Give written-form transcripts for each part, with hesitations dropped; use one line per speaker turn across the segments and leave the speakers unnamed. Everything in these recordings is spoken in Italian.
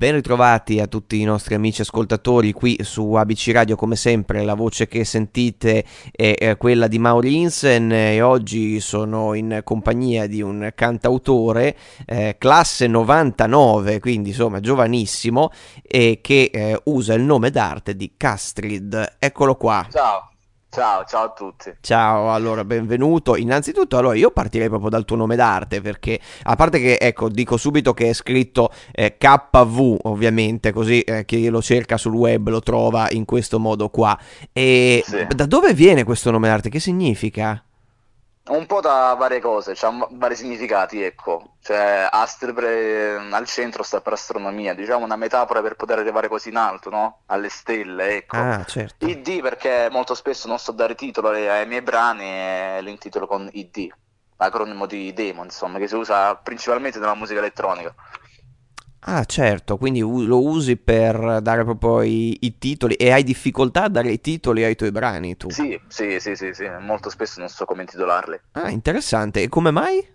Ben ritrovati a tutti i nostri amici ascoltatori qui su ABC Radio, come sempre la voce che sentite è quella di Mauri Insen e oggi sono in compagnia di un cantautore classe 99, quindi insomma giovanissimo, e che usa il nome d'arte di Castrid. Eccolo qua.
Ciao, ciao a tutti.
Ciao, allora benvenuto. Innanzitutto, allora io partirei proprio dal tuo nome d'arte perché a parte che, ecco, dico subito che è scritto KV, ovviamente, così chi lo cerca sul web lo trova in questo modo qua. E
Sì,
da dove viene questo nome d'arte? Che significa?
un po' da varie cose, c'ha vari significati, ecco. Cioè, al centro sta per astronomia, diciamo una metafora per poter arrivare così in alto, no? Alle stelle, ecco.
Ah, certo.
ID perché molto spesso non so dare titolo ai miei brani e li intitolo con ID, l'acronimo di demo, insomma, che si usa principalmente nella musica elettronica.
Ah, certo, quindi lo usi per dare proprio i titoli e hai difficoltà a dare i titoli ai tuoi brani tu.
Sì, molto spesso non so come intitolarli.
Ah, interessante. E come mai?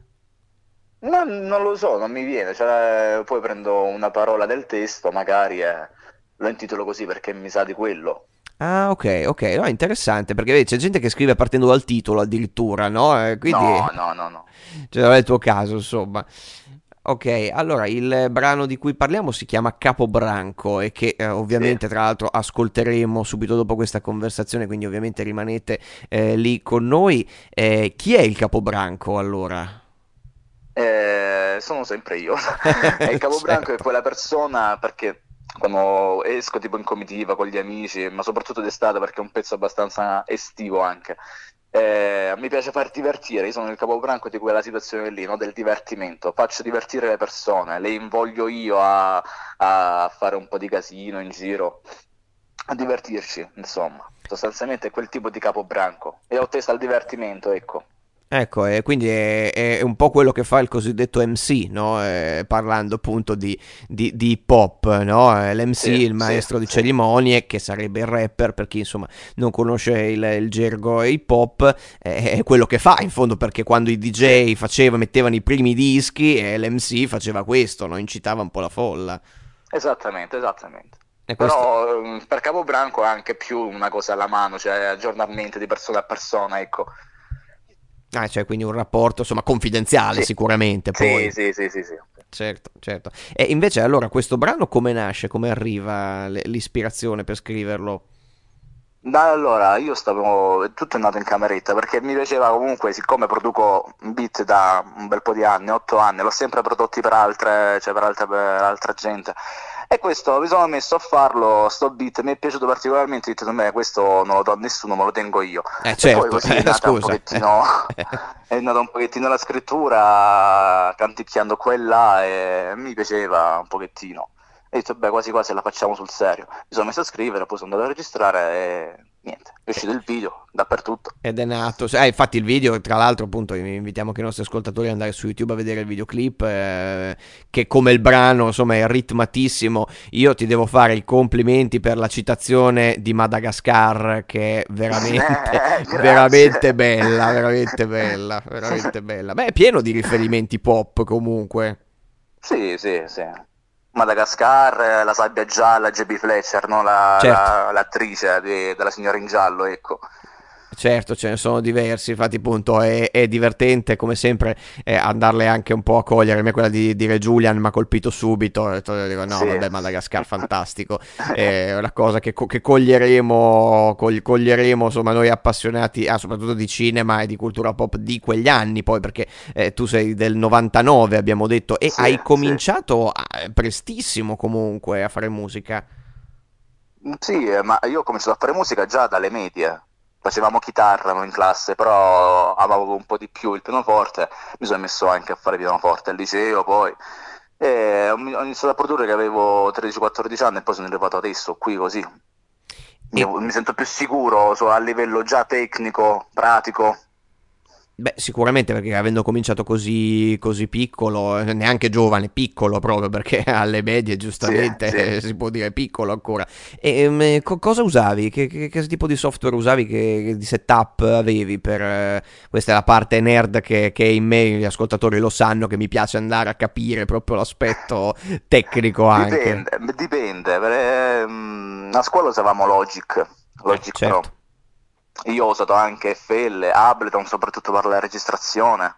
Non lo so, non mi viene, cioè, poi prendo una parola del testo magari e lo intitolo così perché mi sa di quello.
Ah, ok, ok, no, interessante, perché vedi, c'è gente che scrive partendo dal titolo addirittura, no? Quindi,
No.
cioè, non è il tuo caso, insomma. Ok, allora, il brano di cui parliamo si chiama Capobranco e che
Sì.
ovviamente, tra l'altro, ascolteremo subito dopo questa conversazione, quindi ovviamente rimanete lì con noi. Chi è il Capobranco, allora?
Sono sempre io. E il capobranco è
Certo.
quella persona perché quando esco tipo in comitiva con gli amici, ma soprattutto d'estate perché è un pezzo abbastanza estivo anche, mi piace far divertire, io sono il capobranco di quella situazione lì, no? Del divertimento, faccio divertire le persone, le invoglio io a fare un po' di casino in giro, a divertirci, insomma. Sostanzialmente è quel tipo di capobranco e ho testa al divertimento, ecco.
Ecco, e quindi è un po' quello che fa il cosiddetto MC, no? Parlando appunto di hip hop, no? L'MC,
Sì,
il
sì,
maestro di
sì.
cerimonie, che sarebbe il rapper per chi insomma non conosce il gergo hip hop, è quello che fa in fondo perché quando i
Sì,
DJ mettevano i primi dischi, l'MC faceva questo, no? Incitava un po' la folla.
esattamente.
E questo.
Però per Capobranco è anche più una cosa alla mano, cioè aggiornamenti di persona a persona, ecco.
Ah, cioè quindi un rapporto insomma confidenziale
Sì,
sicuramente poi.
sì.
Certo, certo. E invece allora questo brano come nasce? Come arriva l'ispirazione per scriverlo?
Allora, io stavo, tutto è nato in cameretta perché mi piaceva comunque, siccome produco beat da un bel po' di anni, 8 anni, l'ho sempre prodotti per altre, cioè per altra gente. E questo mi sono messo a farlo, sto beat, mi è piaciuto particolarmente, ho detto, me, questo non lo do a nessuno, me lo tengo io. E poi
Certo,
così è nata un
scusa.
pochettino, è nata un pochettino la scrittura, canticchiando qua e là, e mi piaceva un pochettino. E ho detto, beh, quasi quasi la facciamo sul serio. Mi sono messo a scrivere, poi sono andato a registrare e niente, è uscito il video dappertutto.
Ed è nato. Infatti il video, tra l'altro, appunto, invitiamo anche i nostri ascoltatori ad andare su YouTube a vedere il videoclip, che come il brano, insomma, è ritmatissimo. Io ti devo fare i complimenti per la citazione di Madagascar, che è veramente,
Grazie.
veramente bella, veramente bella, veramente bella. Beh, è pieno di riferimenti pop comunque.
Sì. Madagascar, la sabbia gialla, JB Fletcher, no?
Certo.
L'attrice della signora in giallo, ecco.
Certo, ce ne sono diversi, infatti appunto è divertente come sempre andarle anche un po' a cogliere. A me quella di Re Julian mi ha colpito subito, dico no
Sì.
vabbè Madagascar fantastico, è una cosa che coglieremo, coglieremo insomma noi appassionati soprattutto di cinema e di cultura pop di quegli anni poi perché tu sei del 99 abbiamo detto e hai
Sì.
cominciato prestissimo comunque a fare musica.
Sì, ma io ho cominciato a fare musica già dalle medie. Facevamo chitarra in classe, però amavo un po' di più il pianoforte. Mi sono messo anche a fare pianoforte al liceo, poi. E ho iniziato a produrre che avevo 13-14 anni e poi sono arrivato adesso, qui così.
E
Mi sento più sicuro a livello già tecnico, pratico.
Beh, sicuramente perché avendo cominciato così piccolo, neanche giovane, piccolo proprio perché alle medie
Sì,
giustamente
sì.
si può dire piccolo ancora. Cosa usavi? Che tipo di software usavi? Che di setup avevi per... questa è la parte nerd che è in me, gli ascoltatori lo sanno, che mi piace andare a capire proprio l'aspetto tecnico anche.
Dipende. A scuola usavamo Logic
Certo.
Pro. Io ho usato anche FL, Ableton, soprattutto per la registrazione.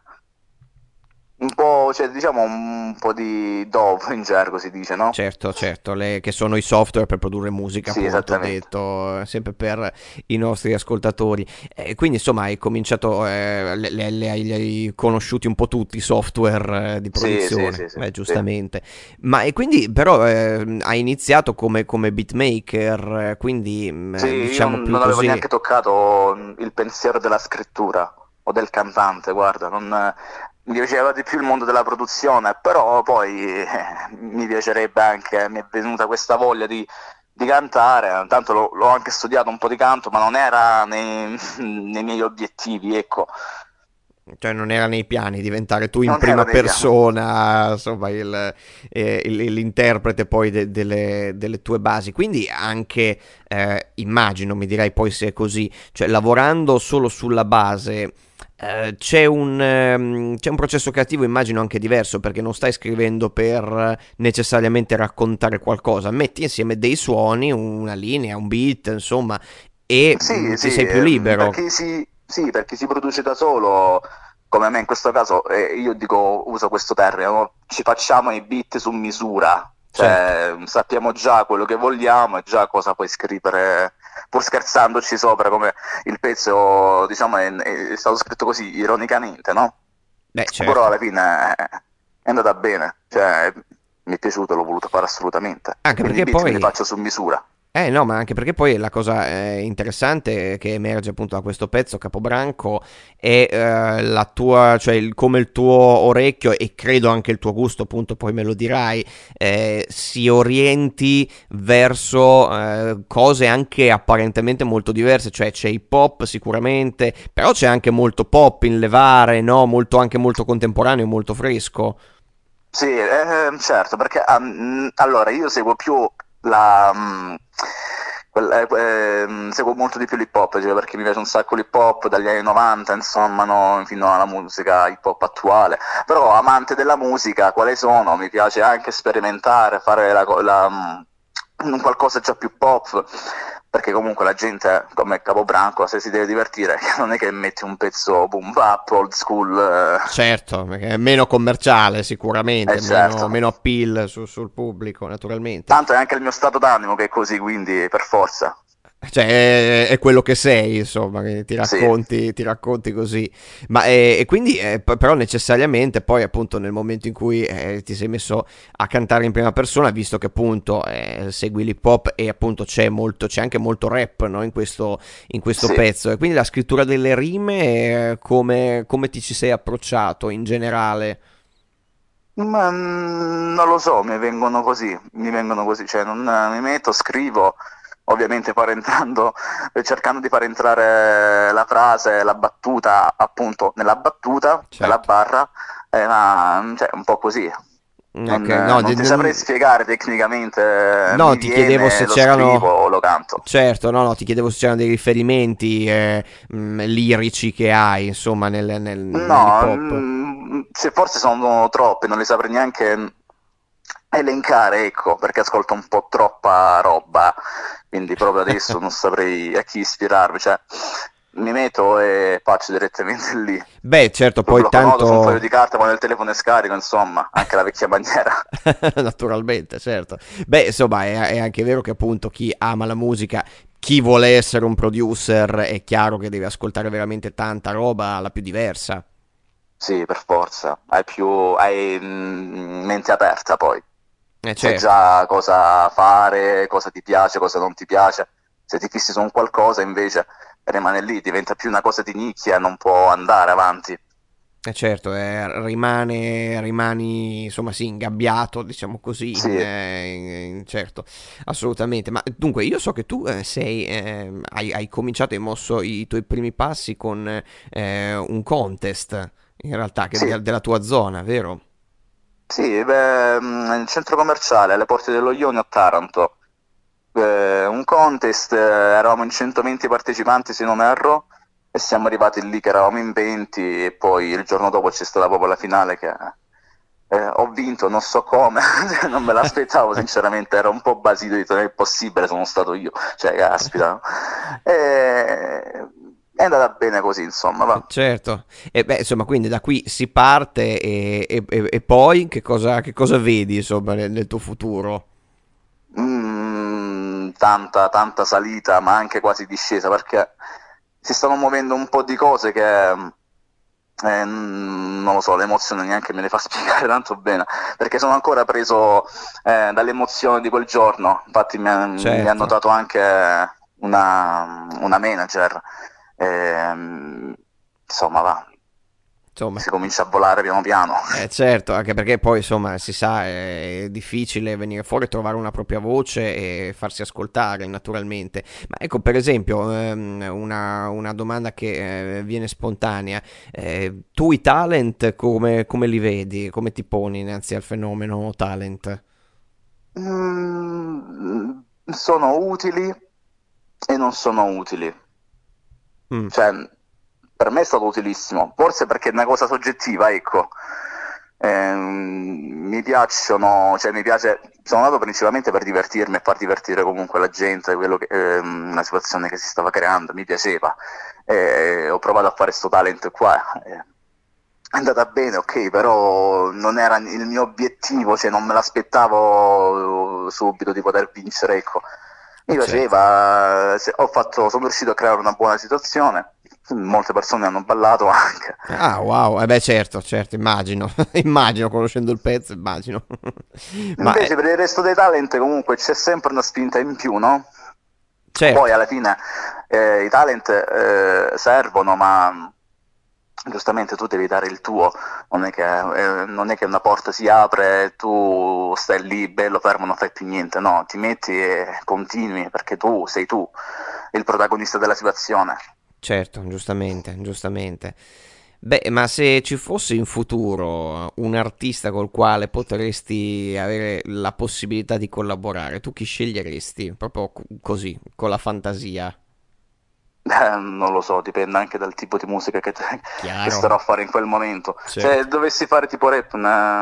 Un po', cioè, diciamo un po' di Dove in gergo si dice, no?
Certo, certo, che sono i software per produrre musica,
Sì,
appunto,
esattamente.
detto sempre per i nostri ascoltatori. Quindi, insomma, hai cominciato, li hai conosciuti un po' tutti i software di
Sì, sì,
produzione,
sì, sì, sì.
giustamente. Ma e quindi, però, hai iniziato come beatmaker, quindi,
Sì, io
diciamo più
non avevo
così.
neanche toccato il pensiero della scrittura o del cantante, guarda, mi piaceva di più il mondo della produzione, però poi mi piacerebbe anche, mi è venuta questa voglia di cantare, tanto l'ho anche studiato un po' di canto, ma non era nei miei obiettivi, ecco,
Cioè non era nei piani diventare tu in
non era
prima
nei piani.
persona, insomma, l'interprete poi delle tue basi. Quindi anche, immagino, mi dirai poi se è così, cioè lavorando solo sulla base, c'è un processo creativo, immagino, anche diverso, perché non stai scrivendo per necessariamente raccontare qualcosa, metti insieme dei suoni, una linea, un beat, insomma, e
Sì,
ti
sì,
sei più libero.
sì, perché si produce da solo, come me in questo caso, io dico, uso questo termine, no? Ci facciamo i beat su misura,
Certo.
cioè sappiamo già quello che vogliamo e già cosa puoi scrivere, pur scherzandoci sopra, come il pezzo, diciamo, è stato scritto così, ironicamente, no?
Beh,
Però
certo.
alla fine è andata bene, cioè mi è piaciuto, l'ho voluto fare assolutamente, e
Anche
quindi i
perché
beat me li
poi,
faccio su misura.
no, ma anche perché poi la cosa interessante che emerge appunto da questo pezzo, Capobranco, è la tua, cioè come il tuo orecchio e credo anche il tuo gusto, appunto, poi me lo dirai, si orienti verso cose anche apparentemente molto diverse, cioè c'è hip hop sicuramente, però c'è anche molto pop in levare, no? Molto, anche molto contemporaneo, molto fresco.
Sì, certo, perché allora io seguo più la... seguo molto di più l'hip hop, cioè, perché mi piace un sacco l'hip hop dagli anni 90, insomma, no, fino alla musica hip hop attuale. Però amante della musica, quale sono? Mi piace anche sperimentare, fare un qualcosa già più pop, perché comunque la gente come Capobranco se si deve divertire, non è che metti un pezzo boom bap, old school,
Certo, perché è meno commerciale sicuramente,
certo.
meno appeal sul pubblico naturalmente.
Tanto è anche il mio stato d'animo che è così, quindi per forza.
Cioè è quello che sei, insomma, che
Sì,
ti racconti così. Ma e quindi però necessariamente poi appunto nel momento in cui ti sei messo a cantare in prima persona, visto che appunto segui l'hip hop e appunto c'è anche molto rap, no, in questo
sì.
pezzo. E quindi la scrittura delle rime, come ti ci sei approcciato in generale?
Ma non lo so, mi vengono così, cioè non mi metto, scrivo, ovviamente cercando di far entrare la frase, la battuta appunto nella battuta, nella
Certo.
barra, ma cioè, un po' così.
Ok, no,
Non ti saprei spiegare tecnicamente,
no,
mi
ti chiedevo se
viene, lo scrivo
c'erano.
o lo canto.
Certo, no, no, ti chiedevo se c'erano dei riferimenti lirici che hai, insomma, nell'hip
No,
hop.
se forse sono troppe, non le saprei neanche elencare, ecco, perché ascolto un po' troppa roba, quindi proprio adesso non saprei a chi ispirarmi, cioè mi metto e faccio direttamente lì.
Beh, certo,
Sul
poi
blocconote, su un foglio di
tanto.
carta, poi nel telefono e scarico, insomma, anche la vecchia maniera.
Naturalmente, certo. Beh, insomma, è anche vero che appunto chi ama la musica, chi vuole essere un producer, è chiaro che deve ascoltare veramente tanta roba, la più diversa.
Sì, per forza, hai mente aperta poi. Sai
Certo.
già cosa fare, cosa ti piace, cosa non ti piace. Se ti fissi su un qualcosa invece rimane lì, diventa più una cosa di nicchia, non può andare avanti.
Certo, rimani insomma sì, ingabbiato, diciamo così,
Sì,
certo, assolutamente. Ma dunque, io so che tu hai cominciato, hai mosso i tuoi primi passi con un contest, in realtà,
sì,
della tua zona, vero?
sì, beh, nel centro commerciale alle porte dello Ionio a Taranto. Un contest, eravamo in 120 partecipanti se non erro, e siamo arrivati lì che eravamo in 20 e poi il giorno dopo c'è stata proprio la finale che ho vinto, non so come, non me l'aspettavo sinceramente, ero un po' basito, ho detto non è possibile, sono stato io, cioè caspita. No? È andata bene così, insomma, va.
Certo, e beh, insomma, quindi da qui si parte e poi che cosa vedi, insomma, nel tuo futuro?
Tanta, tanta salita, ma anche quasi discesa, perché si stanno muovendo un po' di cose che non lo so, le emozioni neanche me le fa spiegare tanto bene, perché sono ancora preso dalle emozioni di quel giorno. Infatti mi ha
Certo.
notato anche una manager. Ehm, insomma, va,
Insomma,
si comincia a volare piano piano.
certo, anche perché poi insomma si sa, è difficile venire fuori, trovare una propria voce e farsi ascoltare naturalmente. Ma ecco, per esempio, una domanda che viene spontanea, tu i talent come li vedi? Come ti poni innanzi al fenomeno talent?
Sono utili e non sono utili.
Mm,
Cioè, per me è stato utilissimo, forse perché è una cosa soggettiva, ecco. Mi piacciono, cioè mi piace, sono andato principalmente per divertirmi e far divertire comunque la gente, la situazione che si stava creando, mi piaceva. Ho provato a fare sto talent qua. È andata bene, ok, però non era il mio obiettivo, cioè non me l'aspettavo subito di poter vincere, ecco. Mi
certo.
piaceva, sono riuscito a creare una buona situazione, molte persone hanno ballato anche.
Ah, wow, eh beh, certo, certo, immagino, immagino, conoscendo il pezzo, immagino. Ma,
Invece per il resto dei talent comunque c'è sempre una spinta in più, no? Poi
certo,
alla fine i talent servono, ma giustamente tu devi dare il tuo, non è che una porta si apre e tu stai lì bello fermo, non fai più niente, no, ti metti e continui perché tu sei tu il protagonista della situazione.
certo, giustamente, giustamente. Beh, ma se ci fosse in futuro un artista col quale potresti avere la possibilità di collaborare, tu chi sceglieresti? Proprio così, con la fantasia.
Non lo so, dipende anche dal tipo di musica che
Chiaro,
starò a fare in quel momento. Se
certo.
dovessi fare tipo rap,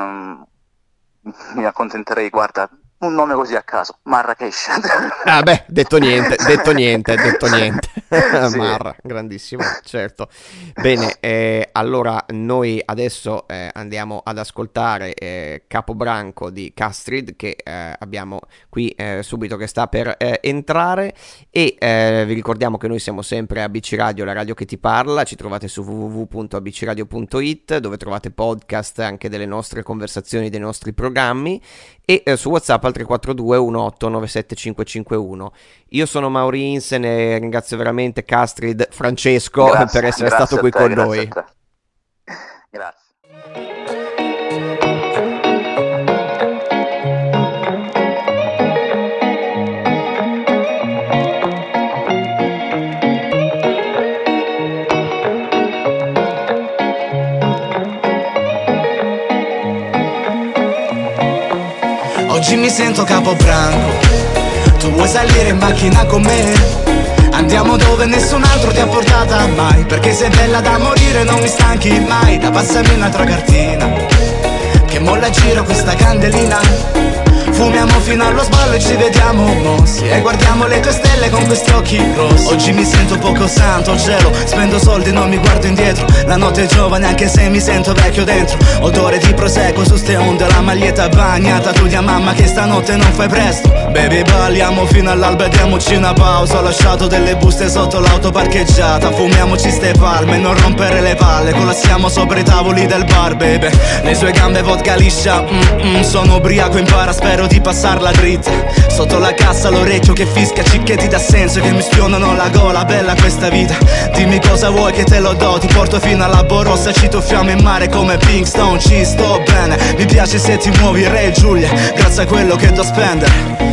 mi accontenterei, guarda, un nome così a caso, Marrakesh.
Ah beh, detto niente, detto niente, detto niente.
Sì,
Marra, grandissimo, certo. Bene, allora noi adesso andiamo ad ascoltare Capobranco di Castrid che abbiamo qui subito che sta per entrare e vi ricordiamo che noi siamo sempre ABC Radio, la radio che ti parla, ci trovate su www.abcradio.it dove trovate podcast anche delle nostre conversazioni, dei nostri programmi e su WhatsApp al 342 18 97551. Io sono Mauri Insen e ringrazio veramente Castrid Francesco per
grazie,
essere stato
grazie a
qui
te,
con
grazie a
noi.
te. Grazie.
Oggi mi sento capobranco, tu vuoi salire in macchina con me? Andiamo dove nessun altro ti ha portata mai, perché sei bella da morire, non mi stanchi mai. Da passami un'altra cartina, che molla a giro questa candelina. Fumiamo fino allo sballo e ci vediamo mossi, e guardiamo le tue stelle con questi occhi rossi. Oggi mi sento poco santo, cielo, spendo soldi, non mi guardo indietro. La notte è giovane anche se mi sento vecchio dentro. Odore di prosecco su ste onde, la maglietta bagnata. Tu dia mamma che stanotte non fai presto. Baby, balliamo fino all'alba e diamoci una pausa. Ho lasciato delle buste sotto l'auto parcheggiata. Fumiamoci ste palme e non rompere le palle. Collassiamo sopra i tavoli del bar, baby. Le sue gambe vodka liscia, sono ubriaco, impara, spero di passarla dritta. Sotto la cassa l'orecchio che fischia, cicchetti d'assenso che mi spionano la gola. Bella questa vita, dimmi cosa vuoi che te lo do. Ti porto fino alla Borossa, ci tuffiamo in mare come Pinkstone. Ci sto bene, mi piace se ti muovi Re Giulia, grazie a quello che do spendere.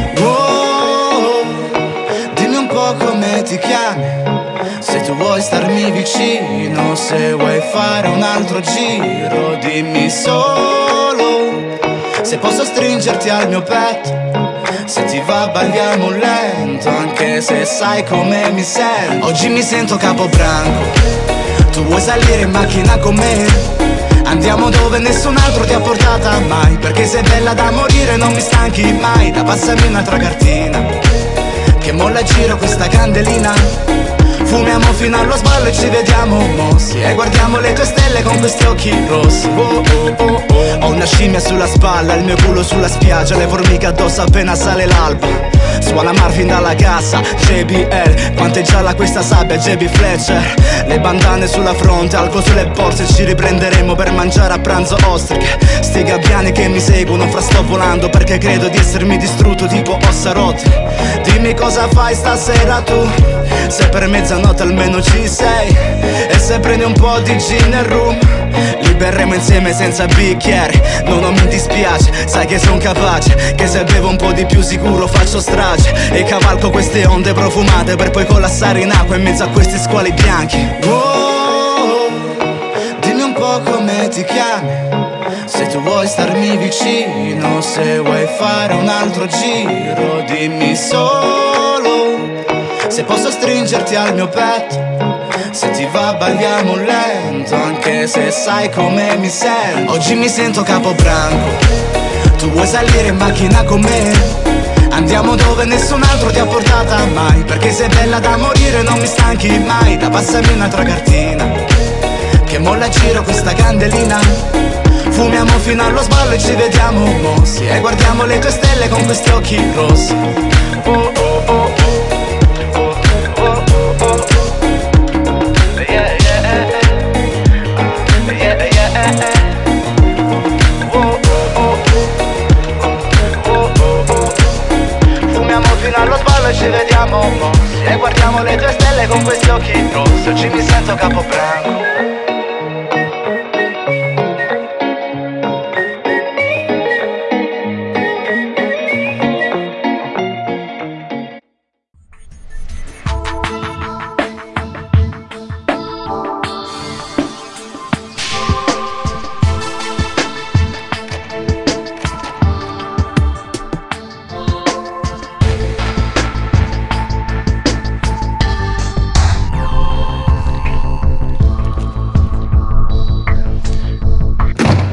Dimmi un po' come ti chiami, se tu vuoi starmi vicino, se vuoi fare un altro giro. Dimmi solo se posso stringerti al mio petto, se ti va balliamo lento, anche se sai come mi sento. Oggi mi sento capobranco, tu vuoi salire in macchina con me? Andiamo dove nessun altro ti ha portata mai, perché sei bella da morire, non mi stanchi mai. Da passami un'altra cartina, che molla giro questa candelina. Fumiamo fino allo sballo e ci vediamo mossi, e guardiamo le tue stelle con questi occhi rossi. Ho una scimmia sulla spalla, il mio culo sulla spiaggia, le formiche addosso appena sale l'alba. Suona Marvin dalla cassa, JBL, quanto è gialla questa sabbia, JB Fletcher. Le bandane sulla fronte, alcol sulle borse, ci riprenderemo per mangiare a pranzo ostriche. Sti gabbiani che mi seguono, fra sto volando perché credo di essermi distrutto tipo ossa rotte. Dimmi cosa fai stasera tu, se per mezzanotte almeno ci sei, e se prendi un po' di gin nel room, li berremo insieme senza bicchieri. No, non mi dispiace, sai che son capace, che se bevo un po' di più sicuro faccio strage. E cavalco queste onde profumate per poi collassare in acqua in mezzo a questi squali bianchi. Dimmi un po' come ti chiami, se tu vuoi starmi vicino, se vuoi fare un altro giro. Dimmi solo se posso stringerti al mio petto, se ti va balliamo lento, anche se sai come mi sento. Oggi mi sento capobranco, tu vuoi salire in macchina con me? Andiamo dove nessun altro ti ha portata mai, perché sei bella da morire, non mi stanchi mai. Da passami un'altra cartina, che molla giro questa candelina. Fumiamo fino allo sballo e ci vediamo mossi, e guardiamo le tue stelle con questi occhi rossi. Allo sballo e ci vediamo mossi, e guardiamo le tue stelle con questi occhi rossi. Oggi mi sento capo